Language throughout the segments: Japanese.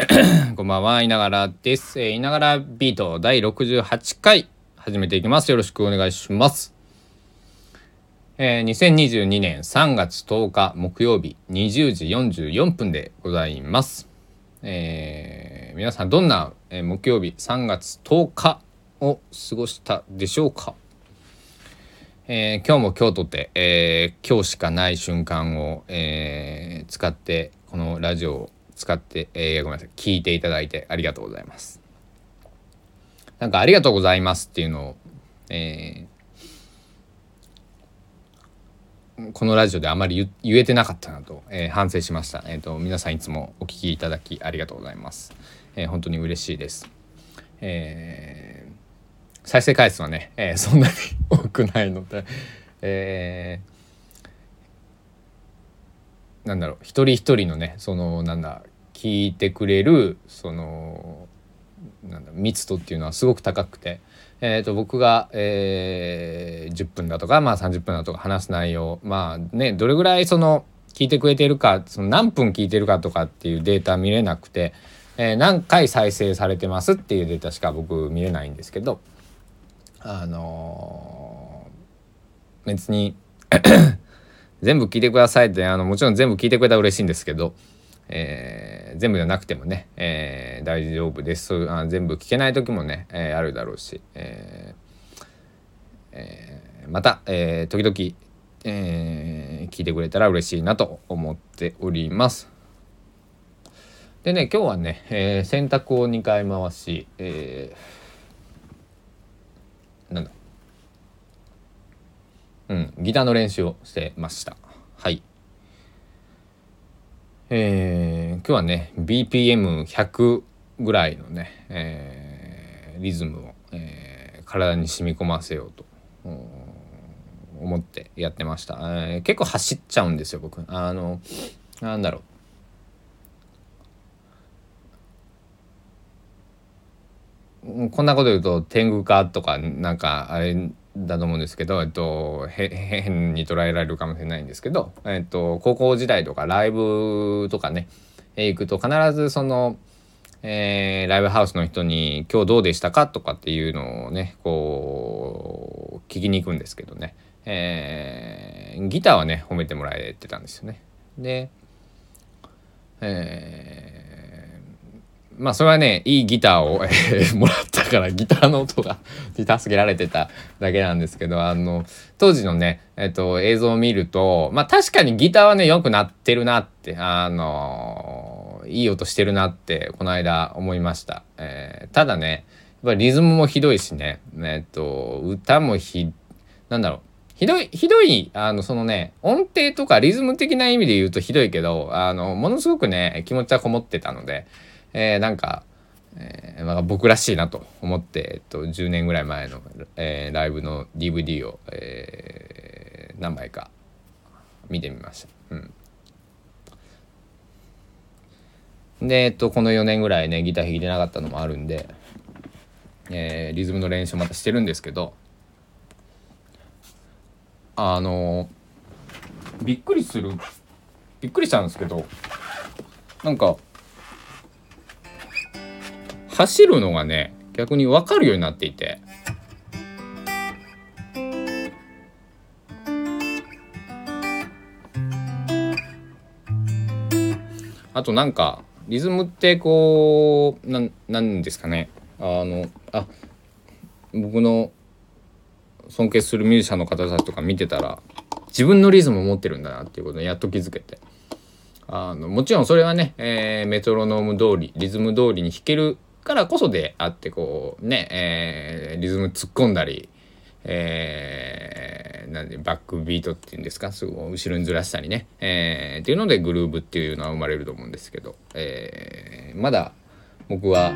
こんばんは、いながらです。いながらビート第68回始めていきます。よろしくお願いします。2022年3月10日木曜日20時44分でございます。皆さんどんな木曜日3月10日を過ごしたでしょうか。今日も今日とて、今日しかない瞬間を、使ってこのラジオを使って、ごめんなさい、聞いていただいてありがとうございます。なんかありがとうございますっていうのを、このラジオであまり言えてなかったなと、反省しました。皆さんいつもお聞きいただきありがとうございます。本当に嬉しいです。再生回数はね、そんなに多くないので、なんだろう、一人一人のね、その聞いてくれるその密度っていうのはすごく高くて、僕が、10分だとか、30分だとか話す内容、どれぐらいその聞いてくれてるか、その何分聞いてるかとかっていうデータ見れなくて、何回再生されてますっていうデータしか僕見れないんですけど、別に全部聞いてくださいって、もちろん全部聞いてくれたら嬉しいんですけど、全部じゃなくてもね、大丈夫です。全部聞けない時もね、あるだろうし、また、時々、聞いてくれたら嬉しいなと思っております。でね、今日はね、洗濯を2回回し、ギターの練習をしてました。はい。今日はね BPM100 ぐらいのね、リズムを、体に染み込ませようと思ってやってました。結構走っちゃうんですよ僕。なんだろう、こんなこと言うと天狗かとかなんかあれだと思うんですけど、変に捉えられるかもしれないんですけど、高校時代とかライブとかね、行くと必ずその、ライブハウスの人に今日どうでしたかとかっていうのをねこう聞きに行くんですけどね、ギターはね褒めてもらえてたんですよね。で、それはねいいギターをもらったからギターの音がに助けられてただけなんですけど、当時のね、映像を見ると確かにギターはね良くなってるなって、いい音してるなってこの間思いました。ただねやっぱりリズムもひどいしね、歌もなんだろうひどいそのね音程とかリズム的な意味で言うとひどいけど、ものすごくね気持ちはこもってたので、僕らしいなと思って、10年ぐらい前の、ライブの DVD を、何枚か見てみました。で、この4年ぐらいねギター弾いてなかったのもあるんで、リズムの練習またしてるんですけど、びっくりしたんですけど、なんか走るのがね逆に分かるようになっていて、あとなんかリズムってこうなんですかね、僕の尊敬するミュージシャンの方たちとか見てたら自分のリズムを持ってるんだなっていうことにやっと気づけて、もちろんそれはね、メトロノーム通りリズム通りに弾けるからこそであって、こうね、リズム突っ込んだり、なんでバックビートっていうんですか、すごい後ろにずらしたりね、っていうのでグルーブっていうのは生まれると思うんですけど、まだ僕は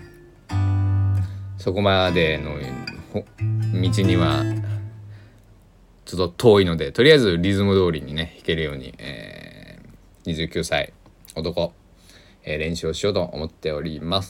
そこまでの道にはちょっと遠いので、とりあえずリズム通りにね弾けるように、29歳男、練習をしようと思っております。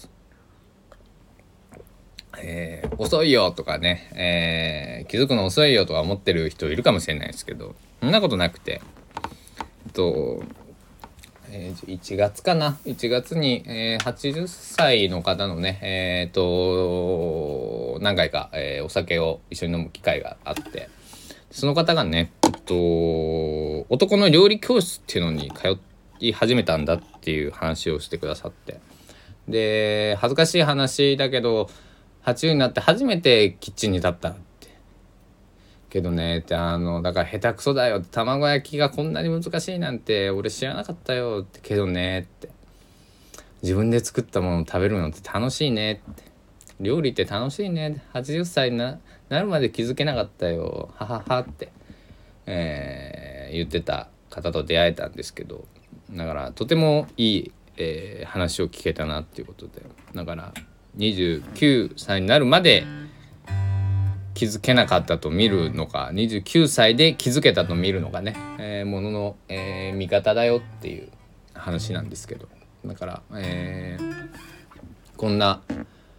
遅いよとかね、気づくの遅いよとか思ってる人いるかもしれないですけど、そんなことなくて、 1月かな、1月に、80歳の方のね何回か、お酒を一緒に飲む機会があって、その方がね、男の料理教室っていうのに通い始めたんだっていう話をしてくださって、で恥ずかしい話だけど80になって初めてキッチンに立ったってけどねってだから下手くそだよって、卵焼きがこんなに難しいなんて俺知らなかったよってけどねって、自分で作ったものを食べるのって楽しいねって、料理って楽しいね、80歳になるまで気づけなかったよはははって、言ってた方と出会えたんですけど、だからとてもいい、話を聞けたなっていうことで、だから29歳になるまで気づけなかったと見るのか、29歳で気づけたと見るのかね、ものの、見方だよっていう話なんですけど、だから、こんな、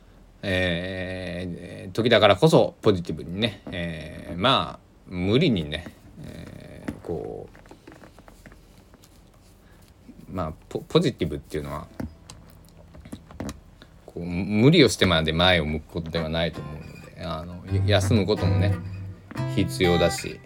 時だからこそポジティブにね、まあ無理にね、こうまあポジティブっていうのはこう無理をしてまで前を向くことではないと思うので、休むこともね必要だし、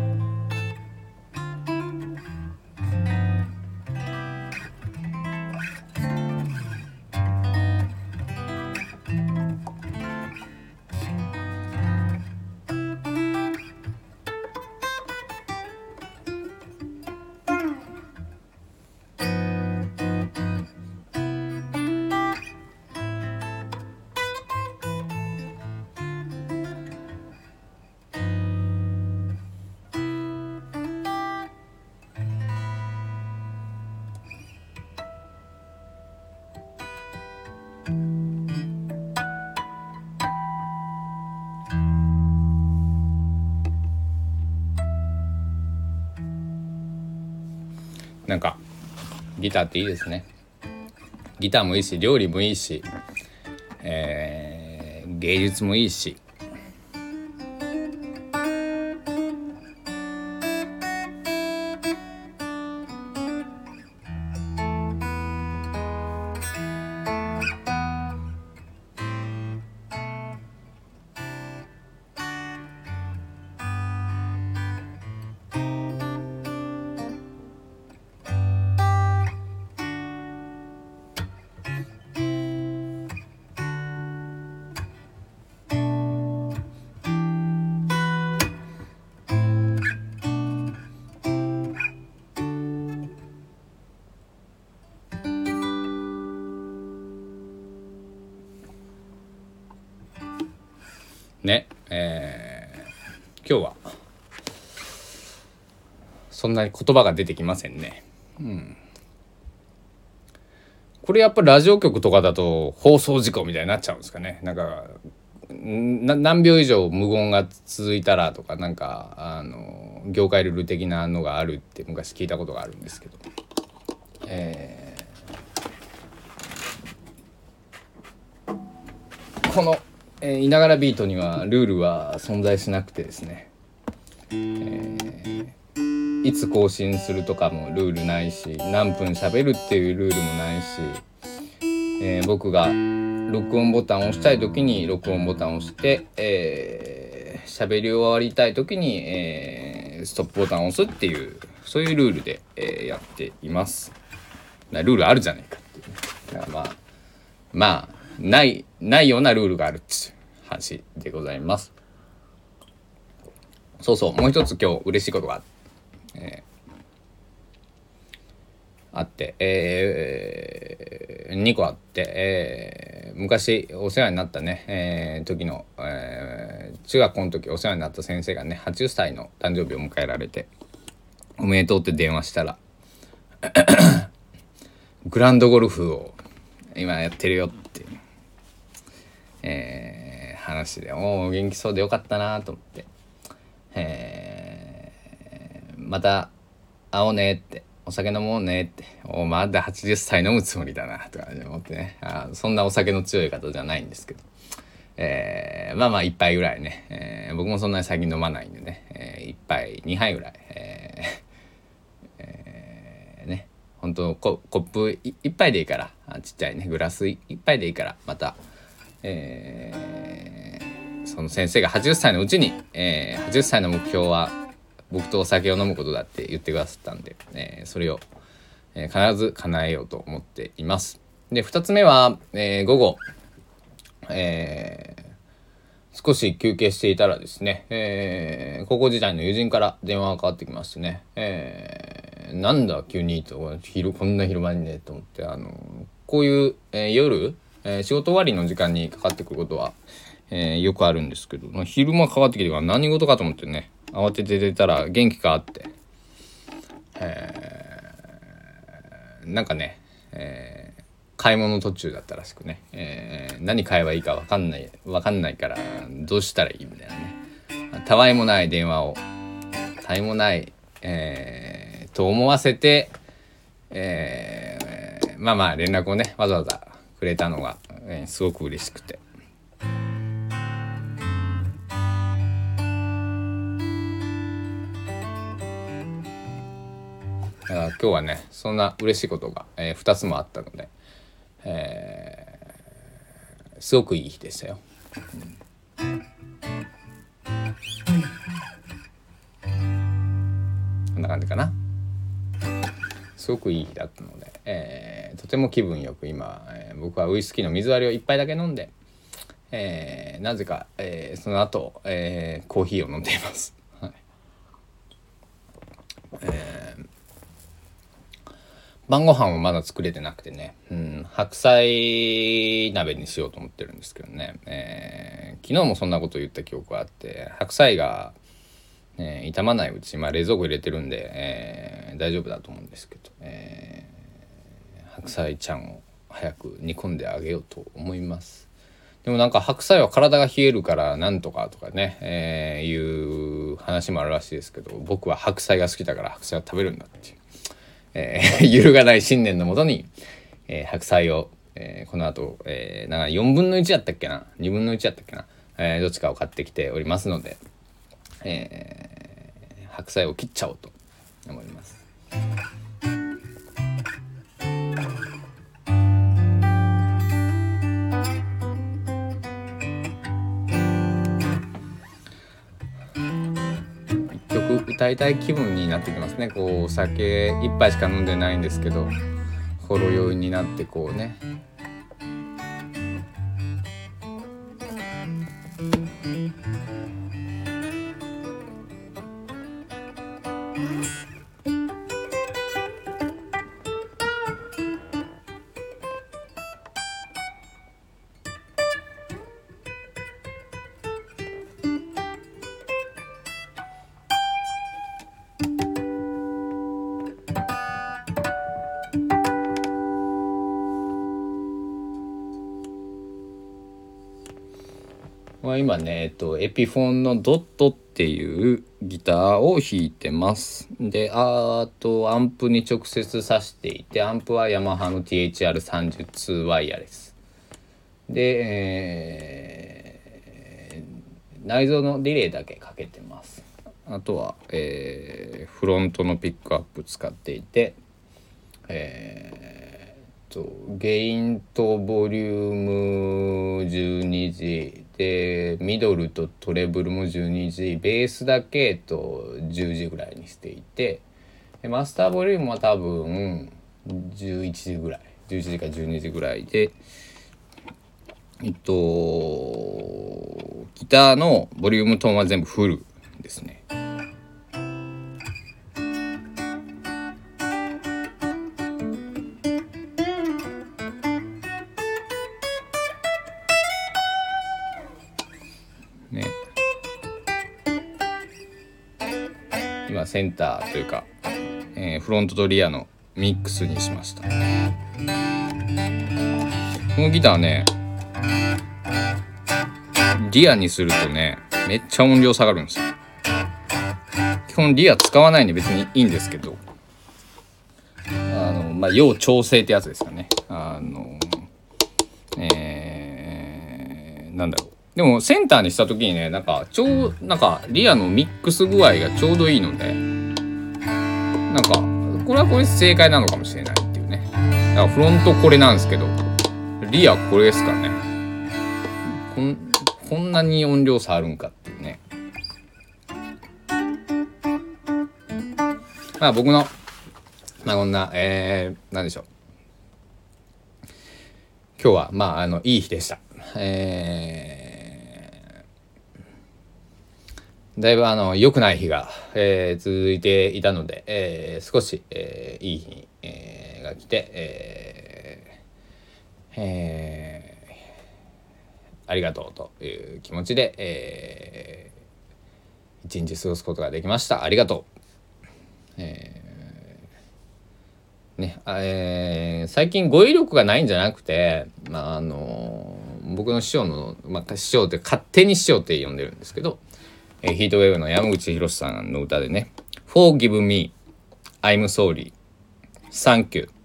なんかギターっていいですね。ギターもいいし、料理もいいし、芸術もいいし、ね、今日はそんなに言葉が出てきませんね。これやっぱりラジオ局とかだと放送事故みたいになっちゃうんですかね。なんか何秒以上無言が続いたらとか、なんか業界ルール的なのがあるって昔聞いたことがあるんですけど、このいながらビートにはルールは存在しなくてですね、いつ更新するとかもルールないし、何分喋るっていうルールもないし、僕が録音ボタンを押したい時に録音ボタンを押して、喋り終わりたい時に、ストップボタンを押すっていう、そういうルールで、やっています。ルールあるじゃないかっていう、だからまあないようなルールがあるっていう話でございます。そうそう、もう一つ今日嬉しいことがあって、2個あって、昔お世話になったね、時の、中学校の時お世話になった先生がね80歳の誕生日を迎えられて、おめでとうって電話したらグランドゴルフを今やってるよっていう、話で、お元気そうでよかったなと思って、また会おうねって、お酒飲もうねって、まだ80歳飲むつもりだなとか思ってね、そんなお酒の強い方じゃないんですけど、まあ一杯ぐらいね、僕もそんなに最近飲まないんでね、1杯2杯ぐらい、ね、 本当コップ一杯でいいから、ちっちゃいねグラス一杯でいいから、また、その先生が80歳のうちに、80歳の目標は僕とお酒を飲むことだって言ってくださったんで、それを、必ず叶えようと思っています。で2つ目は、午後、少し休憩していたらですね、高校時代の友人から電話がかかってきましてね、なんだ急にと、こんな昼間にねと思って、こういう、夜、仕事終わりの時間にかかってくることは、よくあるんですけど、昼間かかってきてから何事かと思ってね、慌てて出たら元気かあって、なんかね、買い物途中だったらしくね、何買えばいいか分かんないからどうしたらいいみたいなね、たわいもない電話をたわいもない、と思わせて、まあ連絡をねわざわざくれたのが、すごく嬉しくて、だから今日はねそんな嬉しいことが、2つもあったので、すごくいい日でしたよ。こんな感じかな。すごくいい日だったので、とても気分よく今、僕はウイスキーの水割りを1杯だけ飲んで、なぜか、その後、コーヒーを飲んでいます。はい。晩ご飯をまだ作れてなくてね、白菜鍋にしようと思ってるんですけどね、昨日もそんなこと言った記憶があって、白菜が、傷まないうち、冷蔵庫入れてるんで、大丈夫だと思うんですけど、白菜ちゃんを早く煮込んであげようと思います。でもなんか白菜は体が冷えるからなんとかとかね、いう話もあるらしいですけど、僕は白菜が好きだから白菜を食べるんだっていう、揺るがない信念のもとに、白菜を、この後、なんか4分の1やったっけな2分の1やったっけな、どっちかを買ってきておりますので、白菜を切っちゃおうと思います。一曲歌いたい気分になってきますね。こうお酒一杯しか飲んでないんですけど、ほろ酔いになってこうね、今ね、エピフォンのドットっていうギターを弾いてます。で、アンプに直接挿していて、アンプはヤマハの THR32 ワイヤレスで、内蔵のリレーだけかけてます。あとは、フロントのピックアップ使っていて、ゲインとボリューム 12G でミドルとトレブルも 12G、 ベースだけ10G ぐらいにしていて、マスターボリュームは多分11G ぐらい、11G か 12G ぐらいで、ギターのボリュームトーンは全部フルですね。今センターというか、フロントとリアのミックスにしました。このギターね、リアにするとねめっちゃ音量下がるんですよ。基本リア使わないんで別にいいんですけど、要調整ってやつですかね。なんだろう、でもセンターにした時にね、なんかリアのミックス具合がちょうどいいので、なんかこれはこれ正解なのかもしれないっていうね。だからフロントこれなんですけど、リアこれですからね。こんなに音量差あるんかっていうね。まあ僕のこんななんでしょう。今日はいい日でした。だいぶ良くない日が、続いていたので、少し、いい日に、が来て、ありがとうという気持ちで、一日過ごすことができました。ありがとう。最近語彙力がないんじゃなくて、僕の師匠の、師匠って勝手に師匠って呼んでるんですけど、ヒートウェーブの山口博さんの歌でね、Forgive me, I'm sorry, Thank you,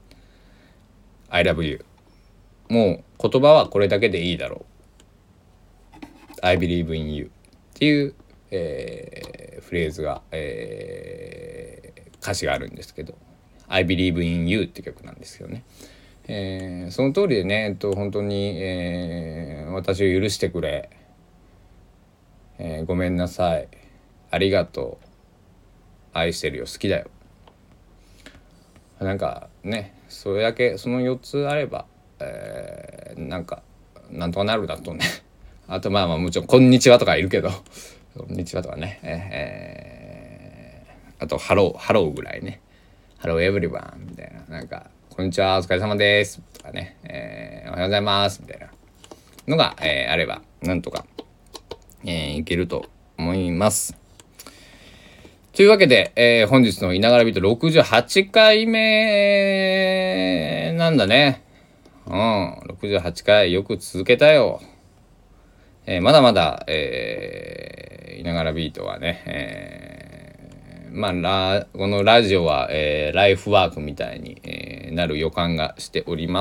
I love you。もう言葉はこれだけでいいだろう。I believe in you っていう、フレーズが、歌詞があるんですけど、I believe in you って曲なんですよね。その通りでね、本当に、私を許してくれ、ごめんなさい、ありがとう、愛してるよ、好きだよ。なんかね、それだけその4つあれば、なんとかなるだとね。あともちろんこんにちはとかいるけどこんにちはとかね、あとハローぐらいね、ハローエブリバンみたいな、こんにちはお疲れ様ですとかね、おはようございますみたいなのが、あればなんとかいけると思います。というわけで、本日のいながらビート68回目なんだね。68回よく続けたよ。まだまだ、いながらビートはね、このラジオは、ライフワークみたいに、なる予感がしております。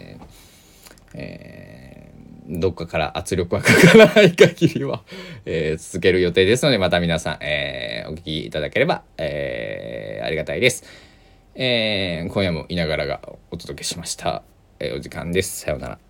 どっかから圧力はかからない限りは、続ける予定ですので、また皆さん、お聞きいただければ、ありがたいです。今夜もいながらがお届けしました。お時間です。さようなら。